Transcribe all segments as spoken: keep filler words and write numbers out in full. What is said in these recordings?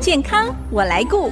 健康我来顾。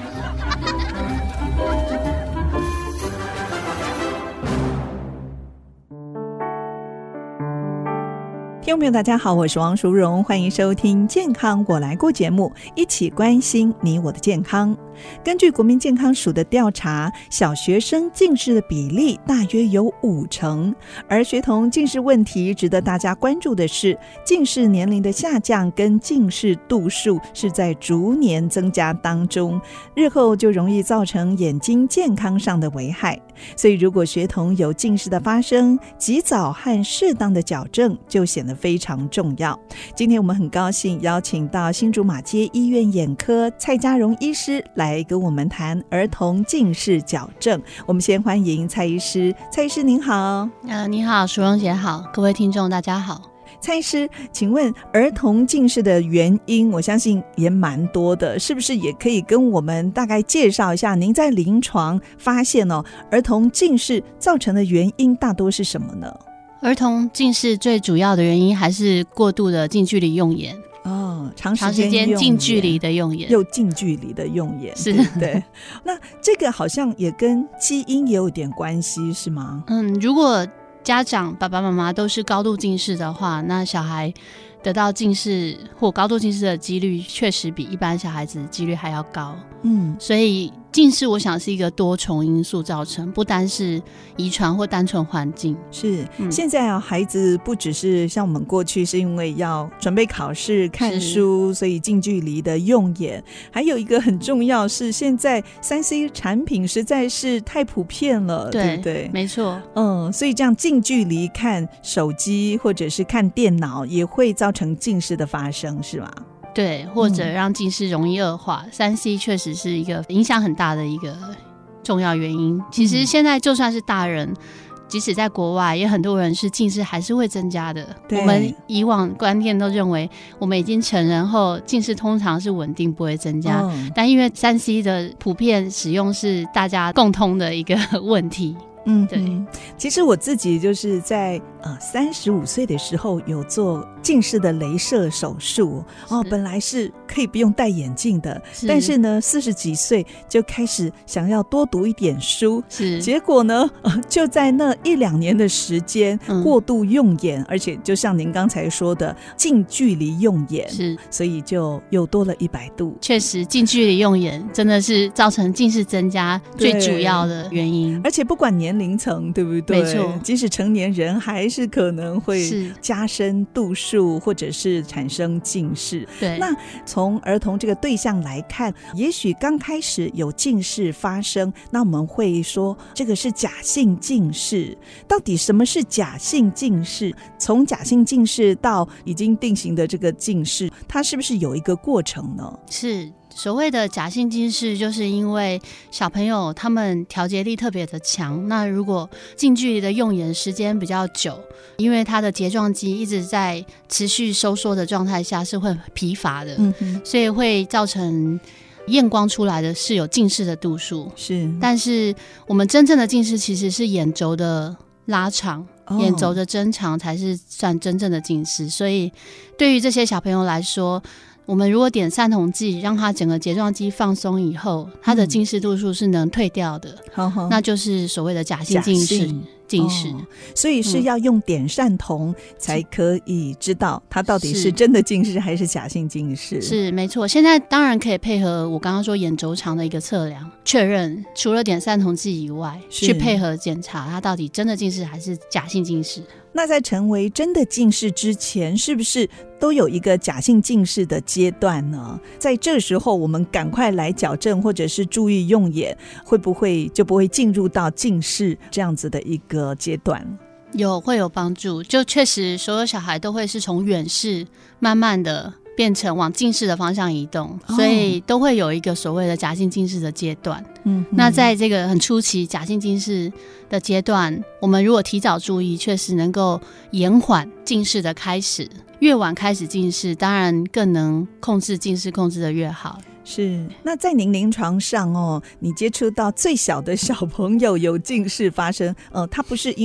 听众朋友大家好，我是王淑荣，欢迎收听健康我来顾节目，一起关心你我的健康。根据国民健康署的调查，小学生近视的比例大约有五成，而学童近视问题值得大家关注的是，近视年龄的下降跟近视度数是在逐年增加当中，日后就容易造成眼睛健康上的危害。所以如果学童有近视的发生，及早和适当的矫正就显得非常重要。今天我们很高兴邀请到新竹马偕医院眼科蔡家荣医师来跟我们谈儿童近视矫正。我们先欢迎蔡医师。蔡医师您好。 呃，你好，淑荣姐好，各位听众大家好。 蔡医师，请问儿童近视的原因我相信也蛮多的，是不是也可以跟我们大概介绍一下您在临床发现哦，儿童近视造成的原因大多是什么呢？ 儿童近视最主要的原因还是过度的近距离用眼哦，长时间近距离的用眼， 又近距离的用眼， 是， 对。那这个好像也跟基因也有点关系，是吗？ 嗯，如果家长爸爸妈妈都是高度近视的话，那小孩得到近视或高度近视的几率确实比一般小孩子的几率还要高。嗯，所以近视我想是一个多重因素造成，不单是遗传或单纯环境。 是、嗯、现在啊，孩子不只是像我们过去是因为要准备考试看书，所以近距离的用眼，还有一个很重要是现在 三 C 产品实在是太普遍了， 对, 对不对？ 没错。 嗯，所以这样近距离看手机或者是看电脑也会造成近视的发生，是吗？ 对，或者让近视容易恶化、嗯、三 C 确实是一个影响很大的一个重要原因。其实现在就算是大人、嗯、即使在国外也很多人是近视还是会增加的。我们以往观念都认为我们已经成人后近视通常是稳定不会增加、嗯、但因为 三 C 的普遍使用是大家共通的一个问题。 嗯，对。其实我自己就是在呃三十五岁的时候有做近视的雷射手术哦，本来是可以不用戴眼镜的，是但是呢四十几岁就开始想要多读一点书，是结果呢、呃、就在那一两年的时间、嗯、过度用眼，而且就像您刚才说的近距离用眼，是所以就又多了一百度。 确实近距离用眼真的是造成近视增加最主要的原因， 而且不管年龄层对不对？ 没错， 即使成年人还是可能会加深度数或者是产生近视。对，那从儿童这个对象来看，也许刚开始有近视发生，那我们会说这个是假性近视。到底什么是假性近视？从假性近视到已经定型的这个近视，它是不是有一个过程呢？ 是，所谓的假性近视就是因为小朋友他们调节力特别的强，那如果近距离的用眼时间比较久，因为他的睫状肌一直在持续收缩的状态下是会疲乏的、嗯、所以会造成验光出来的是有近视的度数，是，但是我们真正的近视其实是眼轴的拉长、哦、眼轴的增长才是算真正的近视。所以对于这些小朋友来说，我们如果点散瞳剂让他整个睫状肌放松以后，他的近视度数是能退掉的、嗯、那就是所谓的假性近视近视、哦、 所以是要用点散瞳才可以知道他到底是真的近视还是假性近视。 是, 是没错，现在当然可以配合我刚刚说眼轴长的一个测量，确认除了点散瞳剂以外去配合检查他到底真的近视还是假性近视。 那在成为真的近视之前，是不是都有一个假性近视的阶段呢？在这时候我们赶快来矫正或者是注意用眼，会不会就不会进入到近视这样子的一个阶段？ 有，会有帮助。就确实所有小孩都会是从远视慢慢的变成往近视的方向移动、哦、所以都会有一个所谓的假性近视的阶段。嗯，那在这个很初期假性近视的阶段，我们如果提早注意，确实能够延缓近视的开始，越晚开始近视当然更能控制近视，控制的越好。 是，那在您临床上哦，你接触到最小的小朋友有近视发生，呃，他不是因为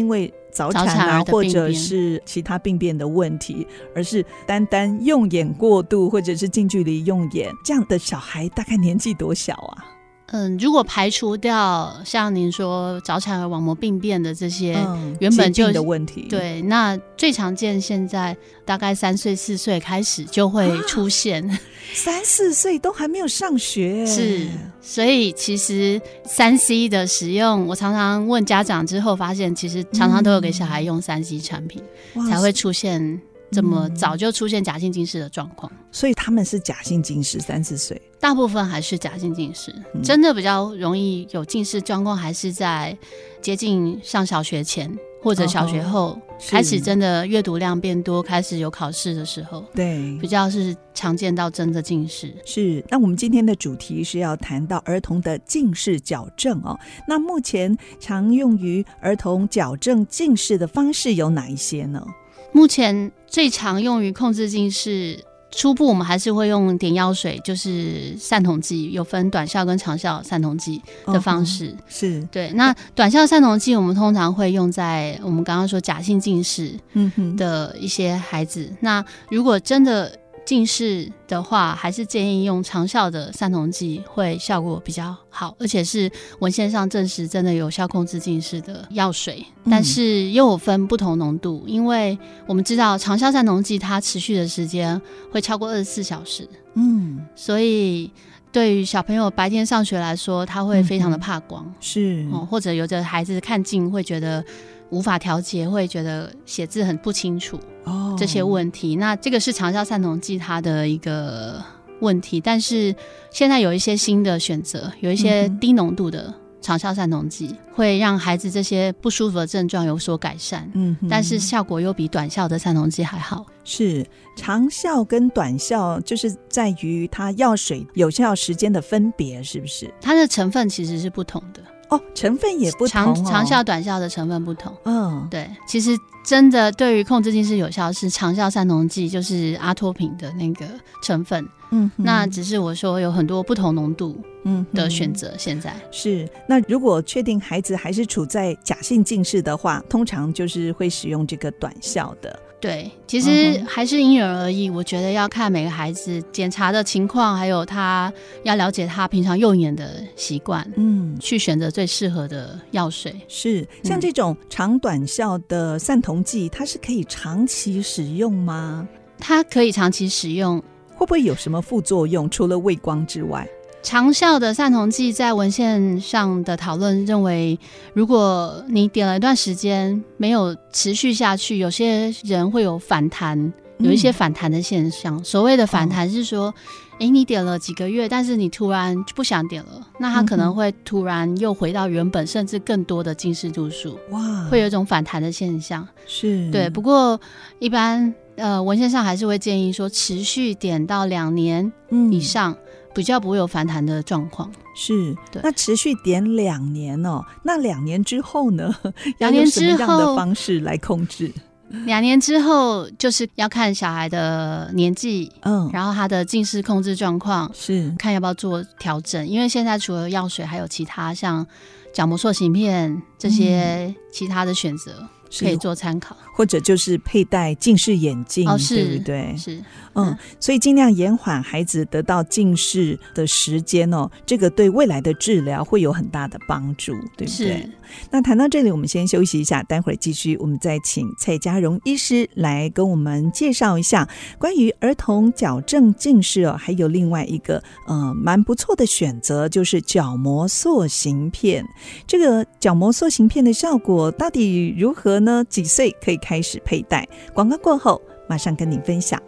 早产啊或者是其他病变的问题，而是单单用眼过度或者是近距离用眼，这样的小孩大概年纪多小啊？ 嗯，如果排除掉像您说早产儿网膜病变的这些原本就、 嗯、的问题， 对，那最常见现在大概三岁四岁开始就会出现，啊、 三四岁都还没有上学， 是，所以其实三 C 的使用，我常常问家长之后发现，其实常常都有给小孩用三 C 产品，嗯、才会出现这么早就出现假性近视的状况。 所以他们是假性近视，三四岁大部分还是假性近视、嗯、真的比较容易有近视状况还是在接近上小学前或者小学后、哦、开始真的阅读量变多，开始有考试的时候，对，比较是常见到真的近视。 是，那我们今天的主题是要谈到儿童的近视矫正哦。那目前常用于儿童矫正近视的方式有哪一些呢？ 目前最常用于控制近视，初步我们还是会用点药水，就是散瞳剂，有分短效跟长效散瞳剂的方式、哦、是对。那短效散瞳剂我们通常会用在我们刚刚说假性近视的一些孩子、嗯、那如果真的近视的话，还是建议用长效的散瞳剂会效果比较好，而且是文献上证实真的有效控制近视的药水、嗯、但是又有分不同浓度，因为我们知道长效散瞳剂它持续的时间会超过二十四小时，嗯，所以对于小朋友白天上学来说，他会非常的怕光、嗯、是、哦、或者有的孩子看近会觉得无法调节，会觉得写字很不清楚、哦、这些问题，那这个是长效散瞳剂它的一个问题。但是现在有一些新的选择，有一些低浓度的长效散瞳剂、嗯、会让孩子这些不舒服的症状有所改善，嗯，但是效果又比短效的散瞳剂还好。 是，长效跟短效就是在于它药水有效时间的分别，是不是？ 它的成分其实是不同的哦，成分也不同、哦、 长, 长效短效的成分不同。嗯，对，其实真的对于控制近视有效是长效散瞳剂，就是阿托品的那个成分。嗯，那只是我说有很多不同浓度的选择。现在是，那如果确定孩子还是处在假性近视的话，通常就是会使用这个短效的。 对，其实还是因人而异、嗯、我觉得要看每个孩子检查的情况，还有他要了解他平常用眼的习惯，嗯，去选择最适合的药水。 是，像这种长短效的散瞳剂、嗯、它是可以长期使用吗？ 它可以长期使用。 会不会有什么副作用？除了畏光之外， 长效的散瞳剂在文献上的讨论认为，如果你点了一段时间没有持续下去，有些人会有反弹，有一些反弹的现象、嗯、所谓的反弹是说、哦、你点了几个月，但是你突然不想点了，那它可能会突然又回到原本甚至更多的近视度数，哇，会有一种反弹的现象。是，对，不过一般呃文献上还是会建议说持续点到两年以上、嗯，比较不会有反弹的状况。 是，那持续点两年哦，那两年之后呢？两年之后要用什么样的方式来控制？ 两年之后就是要看小孩的年纪，嗯，然后他的近视控制状况，是看要不要做调整。因为现在除了药水，还有其他像角膜塑形片这些其他的选择。嗯，可以做参考， 或者就是佩戴近视眼镜、哦、对不对？是，嗯，嗯，所以尽量延缓孩子得到近视的时间哦，这个对未来的治疗会有很大的帮助，对不对？那谈到这里，我们先休息一下，待会儿继续，我们再请蔡佳蓉医师来跟我们介绍一下关于儿童矫正近视哦，还有另外一个呃蛮不错的选择，就是角膜塑形片。这个角膜塑形片的效果到底如何呢？几岁可以开始佩戴？广告过后马上跟您分享。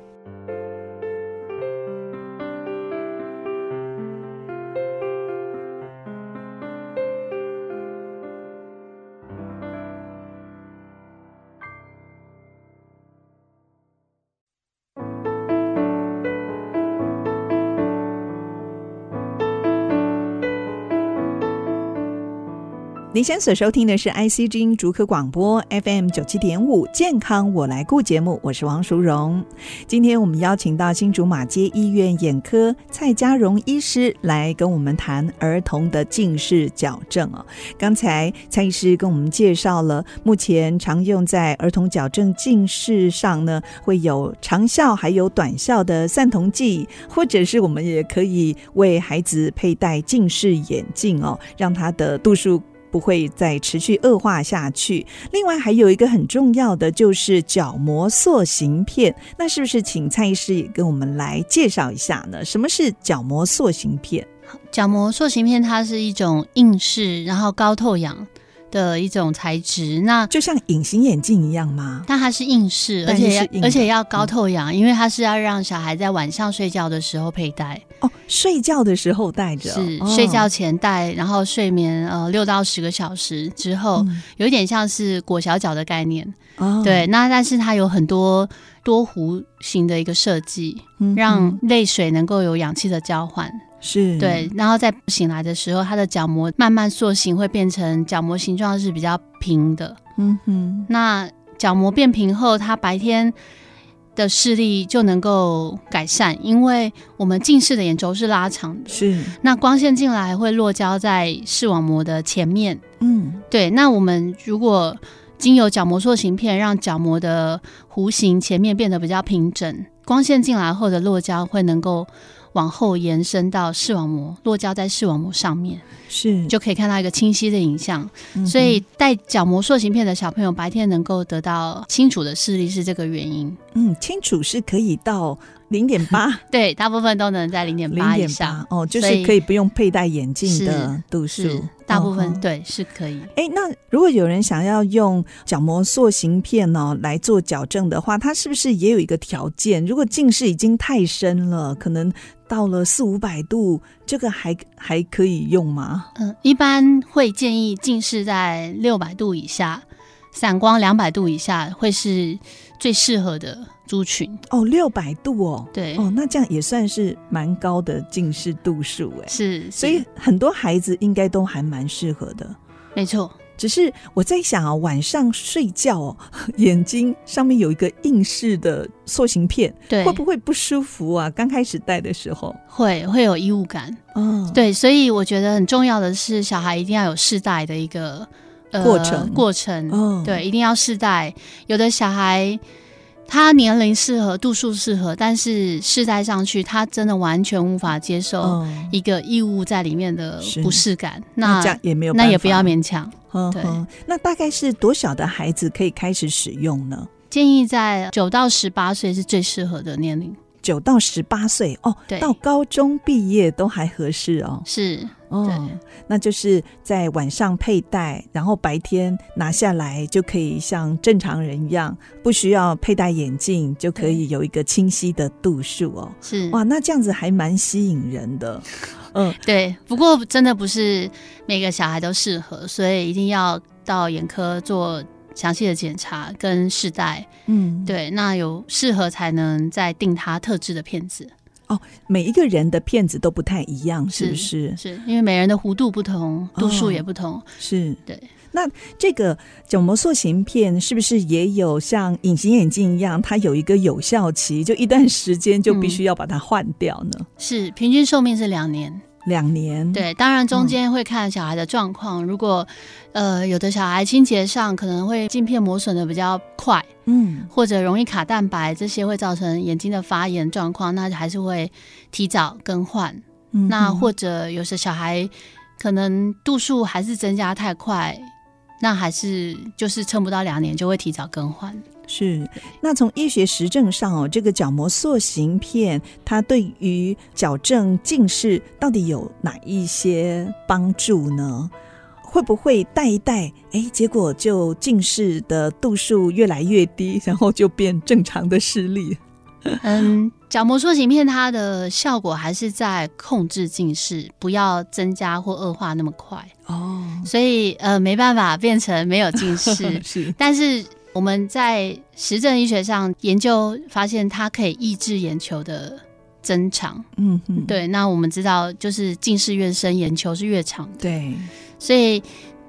您现在所收听的是 I C 之音竹科广播 F M 九十七点五 健康我来顾节目，我是王淑荣。今天我们邀请到新竹马偕医院眼科蔡家荣医师来跟我们谈儿童的近视矫正哦。刚才蔡医师跟我们介绍了目前常用在儿童矫正近视上呢，会有长效还有短效的散瞳剂，或者是我们也可以为孩子佩戴近视眼镜哦，让他的度数不会再持续恶化下去。另外还有一个很重要的就是角膜塑形片，那是不是请蔡医师也跟我们来介绍一下呢？什么是角膜塑形片？ 角膜塑形片它是一种硬式然后高透氧的一种材质，那就像隐形眼镜一样吗？ 但它是硬式，而且而且要高透氧、嗯、因为它是要让小孩在晚上睡觉的时候佩戴。 哦，睡觉的时候戴着？ 是、 哦、 睡觉前戴，然后睡眠呃六到十个小时之后、嗯、有一点像是裹小脚的概念、哦、对，那但是它有很多多弧形的一个设计、嗯、让泪水能够有氧气的交换， 是对，然后在醒来的时候它的角膜慢慢塑形，会变成角膜形状是比较平的。嗯哼，那角膜变平后，它白天的视力就能够改善，因为我们近视的眼轴是拉长的， 是那光线进来会落胶在视网膜的前面。嗯，对，那我们如果经由角膜塑形片让角膜的弧形前面变得比较平整，光线进来后的落胶会能够往后延伸到视网膜，落胶在视网膜上面， 是就可以看到一个清晰的影像、嗯、所以戴角膜塑形片的小朋友白天能够得到清楚的视力是这个原因。 嗯，清楚是可以到零点八，对， 大部分都能在零点八以上哦，就是可以不用佩戴眼镜的度数， 大部分、哦、对是可以。 哎，那如果有人想要用角膜塑形片哦来做矫正的话，它是不是也有一个条件？如果近视已经太深了，可能到了四五百度，这个还还可以用吗？ 嗯，一般会建议近视在六百度以下，散光两百度以下会是最适合的族群。 哦，六百度哦， 对， 哦，那这样也算是蛮高的近视度数哎， 是， 所以很多孩子应该都还蛮适合的。 没错。 只是我在想啊，晚上睡觉哦，眼睛上面有一个硬式的塑形片，对，会不会不舒服啊？刚开始戴的时候会会有异物感。哦，对，所以我觉得很重要的是，小孩一定要有试戴的一个、呃、 过程过程。哦，对，一定要试戴。有的小孩他年龄适合，度数适合，但是试戴上去他真的完全无法接受一个异物在里面的不适感、哦、那, 那这样也没有办法， 那也不要勉强。 呵呵，对，那大概是多小的孩子可以开始使用呢？ 建议在九到十八岁是最适合的年龄。 九到十八岁哦，对，到高中毕业都还合适哦。 是， 哦，对，那就是在晚上佩戴，然后白天拿下来就可以像正常人一样，不需要佩戴眼镜就可以有一个清晰的度数哦。 是， 哇，那这样子还蛮吸引人的。 嗯，对，不过真的不是每个小孩都适合，所以一定要到眼科做详细的检查跟试戴。嗯，对，那有适合才能再定他特制的片子。 哦，每一个人的片子都不太一样，是不是？ 是，因为每人的弧度不同，度数也不同。哦， 是， 对。 那这个角膜塑形片是不是也有像隐形眼镜一样，它有一个有效期，就一段时间就必须要把它换掉呢？嗯， 是，平均寿命是两年。 两年， 对，当然中间会看小孩的状况，嗯，如果呃有的小孩清洁上可能会镜片磨损的比较快，嗯，或者容易卡蛋白，这些会造成眼睛的发炎状况，那还是会提早更换。嗯，那或者有些小孩可能度数还是增加太快，那还是就是撑不到两年就会提早更换。 是，那从医学实证上哦，这个角膜塑形片它对于矫正近视到底有哪一些帮助呢？会不会戴一戴，哎，结果就近视的度数越来越低，然后就变正常的视力？ 嗯，角膜塑形片它的效果还是在控制近视，不要增加或恶化那么快哦。所以呃，没办法变成没有近视，是，但是我们在实证医学上研究发现，它可以抑制眼球的增长。嗯嗯，对。那我们知道，就是近视越深，眼球是越长的。 对， 所以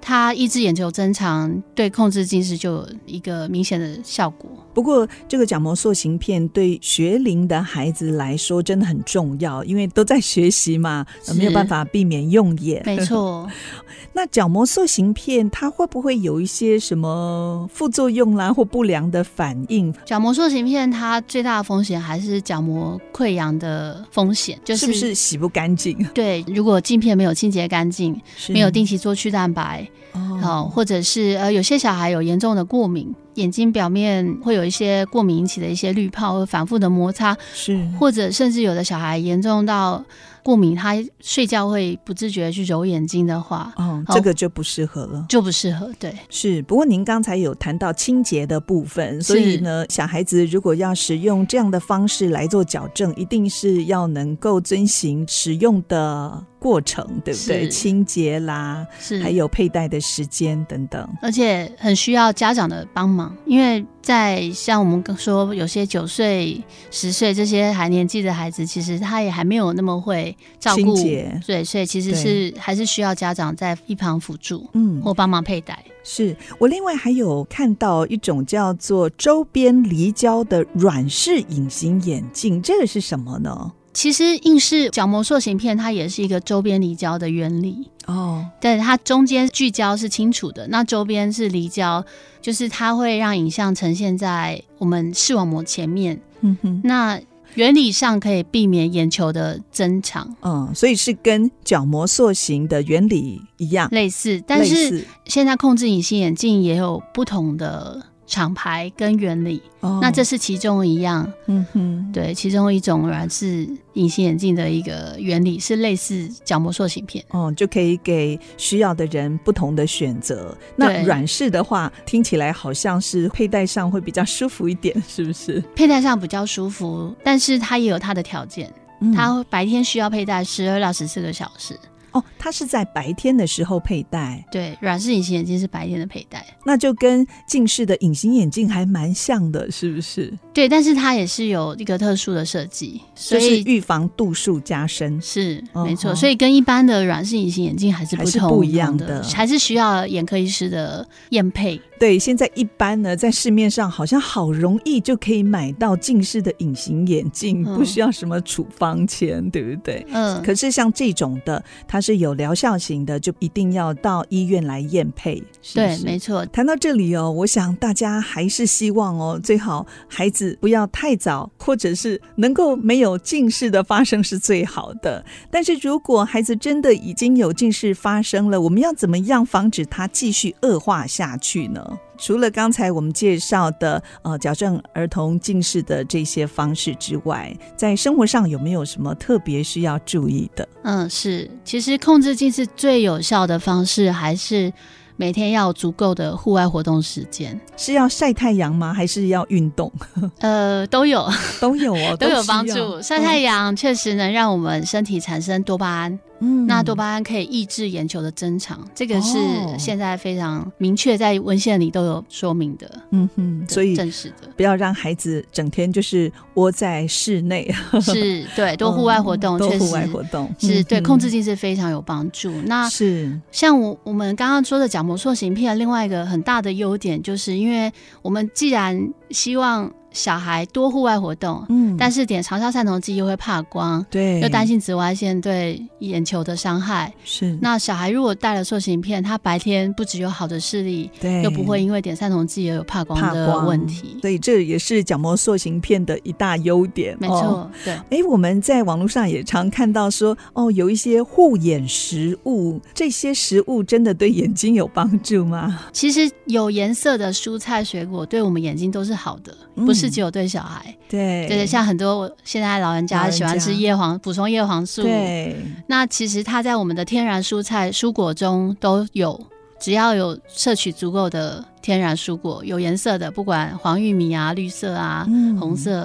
它抑制眼球增长，对控制近视就有一个明显的效果。 不过这个角膜塑形片对学龄的孩子来说真的很重要，因为都在学习嘛，没有办法避免用眼。 没错。 那角膜塑形片它会不会有一些什么副作用啦或不良的反应？ 角膜塑形片它最大的风险还是角膜溃疡的风险，就是是不是洗不干净？ 对，如果镜片没有清洁干净，没有定期做去蛋白，哦，或者是呃有些小孩有严重的过敏，眼睛表面会有一些过敏引起的一些滤泡或反复的摩擦， 是， 或者甚至有的小孩严重到过敏，他睡觉会不自觉去揉眼睛的话， 哦，这个就不适合了， 就不适合。对， 是。不过您刚才有谈到清洁的部分，所以呢，小孩子如果要使用这样的方式来做矫正，一定是要能够遵循使用的过程，对不对？清洁啦，是，还有佩戴的时间等等， 而且很需要家长的帮忙，因为在像我们说有些九岁十岁这些还年纪的孩子，其实他也还没有那么会照顾，对，所以其实是还是需要家长在一旁辅助，嗯，或帮忙佩戴。 是，我另外还有看到一种叫做周边离焦的软式隐形眼镜，这个是什么呢？ 其实硬式角膜塑形片它也是一个周边离焦的原理哦，对，它中间聚焦是清楚的，那周边是离焦，就是它会让影像呈现在我们视网膜前面，嗯哼，那原理上可以避免眼球的增长， 嗯，所以是跟角膜塑形的原理一样， 类似，但是现在控制隐形眼镜也有不同的厂牌跟原理，哦，那这是其中一样，嗯哼，对，其中一种软式隐形眼镜的一个原理是类似角膜塑形片， 哦，就可以给需要的人不同的选择。那软式的话，听起来好像是佩戴上会比较舒服一点，是不是？ 佩戴上比较舒服，但是它也有它的条件，嗯，它白天需要佩戴十二到十四个小时。 哦，它是在白天的时候佩戴， 对，软式隐形眼镜是白天的佩戴， 那就跟近视的隐形眼镜还蛮像的，是不是？ 对，但是它也是有一个特殊的设计，所以就是预防度数加深， 是，哦，没错，所以跟一般的软式隐形眼镜还是不同的， 还是不一样的， 还是需要眼科医师的验配。 对，现在一般呢，在市面上好像好容易就可以买到近视的隐形眼镜，嗯，不需要什么处方签，对不对？嗯。可是像这种的，它是有疗效型的，就一定要到医院来验配，是不是？ 对，没错。 谈到这里哦，我想大家还是希望哦，最好孩子不要太早，或者是能够没有近视的发生是最好的。但是如果孩子真的已经有近视发生了，我们要怎么样防止它继续恶化下去呢？除了刚才我们介绍的呃矫正儿童近视的这些方式之外，在生活上有没有什么特别需要注意的？ 嗯，是，其实控制近视最有效的方式还是每天要有足够的户外活动时间。 是要晒太阳吗？还是要运动？ 呃，都有， 都有哦， 都有帮助。晒太阳确实能让我们身体产生多巴胺。嗯，那多巴胺可以抑制眼球的增长，这个是现在非常明确在文献里都有说明的。嗯哼，所以证实的， 不要让孩子整天就是窝在室内。 是，对，多户外活动， 多户外活动是对控制近视非常有帮助。那是像我我们刚刚说的角膜塑形片，另外一个很大的优点，就是因为我们既然希望小孩多户外活动，嗯，但是点长效散瞳剂又会怕光，对，又担心紫外线对眼球的伤害，是。那小孩如果戴了塑形片，他白天不只有好的视力，对，又不会因为点散瞳剂也有怕光的问题， 所以这也是角膜塑形片的一大优点。 没错，哦，对。 哎，我们在网络上也常看到说，哦，有一些护眼食物，这些食物真的对眼睛有帮助吗？ 其实有颜色的蔬菜水果对我们眼睛都是好的，不是只有对小孩，嗯，对对，像很多现在老人家喜欢吃叶黄，补充叶黄素，对，那其实它在我们的天然蔬菜蔬果中都有，只要有摄取足够的天然蔬果，有颜色的，不管黄玉米啊、绿色啊、嗯，红色，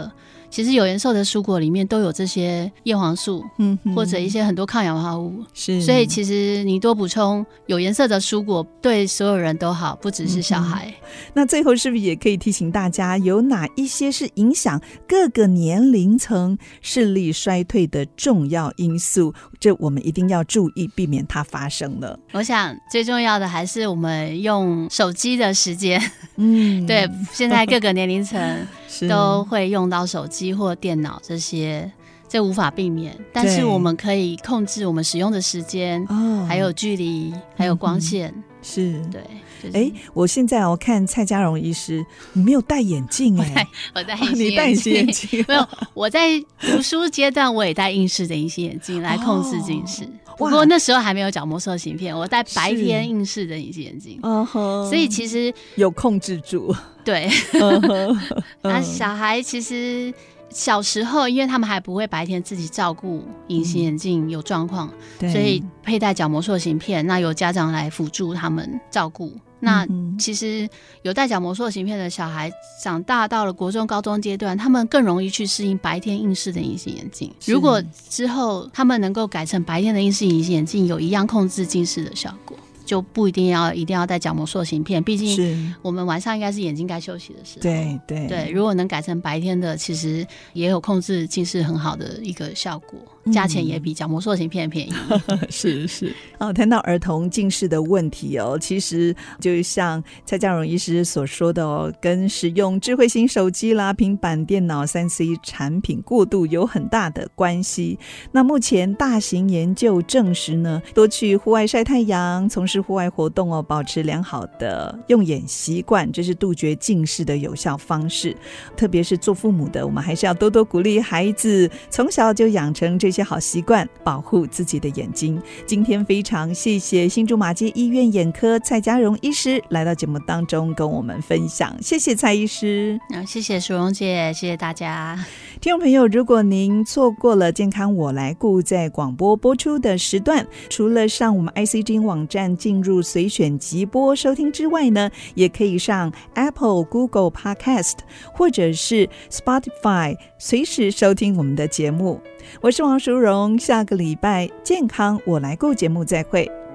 其实有颜色的蔬果里面都有这些叶黄素，嗯，或者一些很多抗氧化物，是，所以其实你多补充有颜色的蔬果对所有人都好，不只是小孩。嗯、 那最后是不是也可以提醒大家，有哪一些是影响各个年龄层视力衰退的重要因素？这我们一定要注意，避免它发生了。 我想最重要的还是我们用手机的时间，嗯，对，现在各个年龄层都会用到手机或电脑这些，这无法避免，但是我们可以控制我们使用的时间，还有距离，还有光线，嗯、 是， 对。 哎、就是，我现在我看蔡嘉蓉医师，你没有戴眼镜哎， 我戴隐形眼镜， 你戴隐形眼镜没有？我在读书阶段我也戴硬式的隐形眼镜来控制近视，哦、不过那时候还没有角膜塑形片，我戴白天硬式的隐形眼镜，所以其实有控制住。 对，那小孩其实。小时候因为他们还不会白天自己照顾隐形眼镜有状况、嗯、所以佩戴角膜塑形片，那由家长来辅助他们照顾。那其实有戴角膜塑形片的小孩长大到了国中高中阶段，他们更容易去适应白天硬式的隐形眼镜。如果之后他们能够改成白天的硬式隐形眼镜，有一样控制近视的效果，就不一定要一定要戴角膜塑形片，毕竟我们晚上应该是眼睛该休息的时候。 对对对， 如果能改成白天的，其实也有控制近视很好的一个效果，价钱也比角膜塑形片便宜。 是是。哦，谈到儿童近视的问题哦，其实就像蔡嘉蓉医师所说的哦，跟使用智慧型手机啦、平板电脑、三 C 产品过度有很大的关系。那目前大型研究证实呢，多去户外晒太阳，从事户外活动哦，保持良好的用眼习惯，这是杜绝近视的有效方式。特别是做父母的，我们还是要多多鼓励孩子从小就养成这些好习惯，保护自己的眼睛。今天非常谢谢新竹马偕医院眼科蔡嘉蓉医师来到节目当中跟我们分享，谢谢蔡医师。 嗯、谢谢淑蓉姐，谢谢大家。 听众朋友，如果您错过了健康我来顾在广播播出的时段，除了上我们 I C 之音网站进入随选集播收听之外呢，也可以上 Apple、Google Podcast 或者是 Spotify 随时收听我们的节目。我是王淑蓉，下个礼拜健康我来顾节目再会。